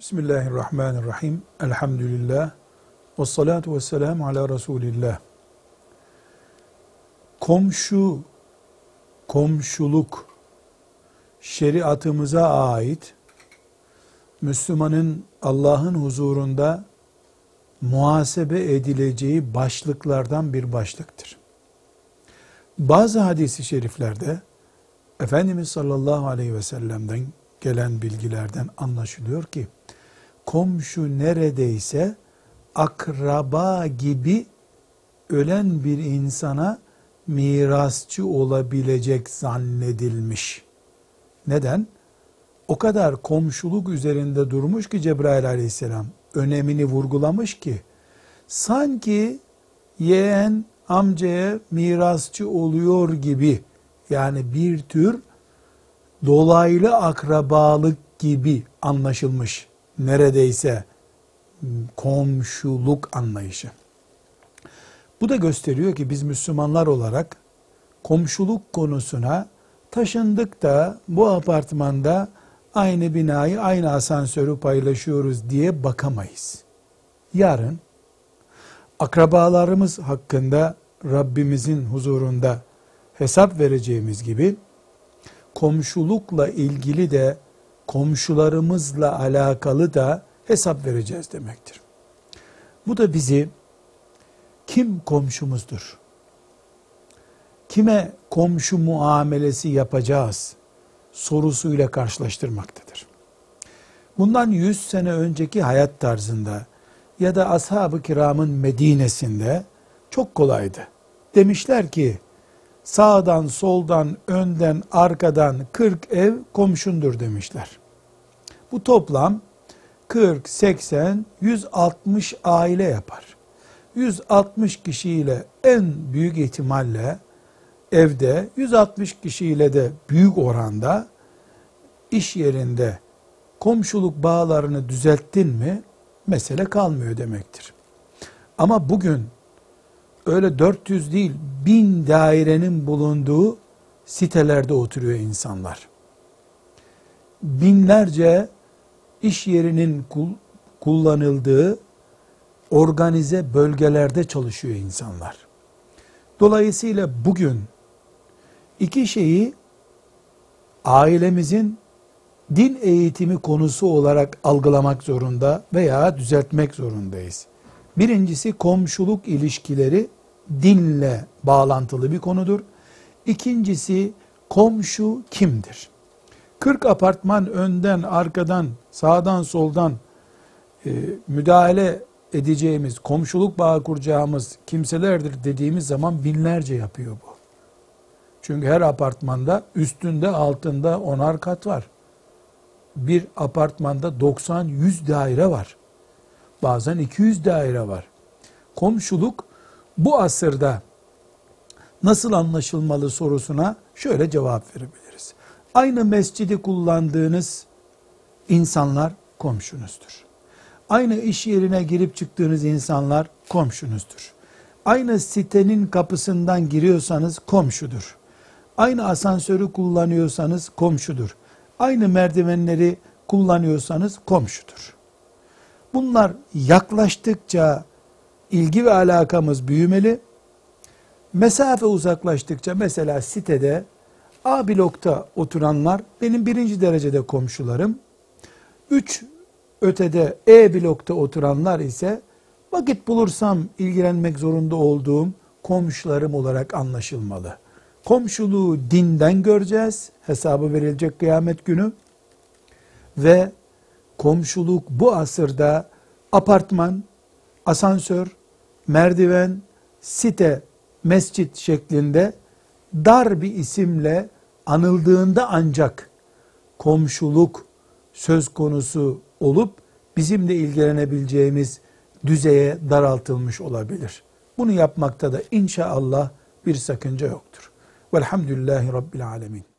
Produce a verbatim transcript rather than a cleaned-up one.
Bismillahirrahmanirrahim. Elhamdülillah. Ve salatu ve selamu ala Resulillah. Komşu, komşuluk şeriatımıza ait Müslümanın Allah'ın huzurunda muhasebe edileceği başlıklardan bir başlıktır. Bazı hadis-i şeriflerde Efendimiz sallallahu aleyhi ve sellem'den gelen bilgilerden anlaşılıyor ki komşu neredeyse akraba gibi ölen bir insana mirasçı olabilecek zannedilmiş. Neden? O kadar komşuluk üzerinde durmuş ki Cebrail aleyhisselam önemini vurgulamış ki sanki yeğen amcaya mirasçı oluyor gibi, yani bir tür dolaylı akrabalık gibi anlaşılmış neredeyse komşuluk anlayışı. Bu da gösteriyor ki biz Müslümanlar olarak komşuluk konusuna taşındık da bu apartmanda aynı binayı, aynı asansörü paylaşıyoruz diye bakamayız. Yarın akrabalarımız hakkında Rabbimizin huzurunda hesap vereceğimiz gibi komşulukla ilgili de komşularımızla alakalı da hesap vereceğiz demektir. Bu da bizi kim komşumuzdur, kime komşu muamelesi yapacağız sorusuyla karşılaştırmaktadır. Bundan yüz sene önceki hayat tarzında ya da ashab-ı kiramın Medine'sinde çok kolaydı. Demişler ki sağdan, soldan, önden, arkadan kırk ev komşundur demişler. Bu toplam kırk, seksen, yüz altmış aile yapar. yüz altmış kişiyle en büyük ihtimalle evde, yüz altmış kişiyle de büyük oranda iş yerinde komşuluk bağlarını düzelttin mi mesele kalmıyor demektir. Ama bugün öyle dört yüz değil, bin dairenin bulunduğu sitelerde oturuyor insanlar. Binlerce iş yerinin kullanıldığı organize bölgelerde çalışıyor insanlar. Dolayısıyla bugün iki şeyi ailemizin din eğitimi konusu olarak algılamak zorunda veya düzeltmek zorundayız. Birincisi, komşuluk ilişkileri dinle bağlantılı bir konudur. İkincisi, komşu kimdir? kırk apartman önden, arkadan, sağdan, soldan e, müdahale edeceğimiz, komşuluk bağı kuracağımız kimselerdir dediğimiz zaman binlerce yapıyor bu. Çünkü her apartmanda üstünde, altında onar kat var. Bir apartmanda doksan yüz daire var. Bazen iki yüz daire var. Komşuluk bu asırda nasıl anlaşılmalı sorusuna şöyle cevap verebiliriz. Aynı mescidi kullandığınız insanlar komşunuzdur. Aynı iş yerine girip çıktığınız insanlar komşunuzdur. Aynı sitenin kapısından giriyorsanız komşudur. Aynı asansörü kullanıyorsanız komşudur. Aynı merdivenleri kullanıyorsanız komşudur. Bunlar yaklaştıkça ilgi ve alakamız büyümeli. Mesafe uzaklaştıkça, mesela sitede A blokta oturanlar benim birinci derecede komşularım. Üç ötede E blokta oturanlar ise vakit bulursam ilgilenmek zorunda olduğum komşularım olarak anlaşılmalı. Komşuluğu dinden göreceğiz, hesabı verilecek kıyamet günü. Ve komşuluk bu asırda apartman, asansör, merdiven, site, mescit şeklinde dar bir isimle anıldığında ancak komşuluk söz konusu olup bizimle ilgilenebileceğimiz düzeye daraltılmış olabilir. Bunu yapmakta da inşallah bir sakınca yoktur. Velhamdülillahi Rabbil alemin.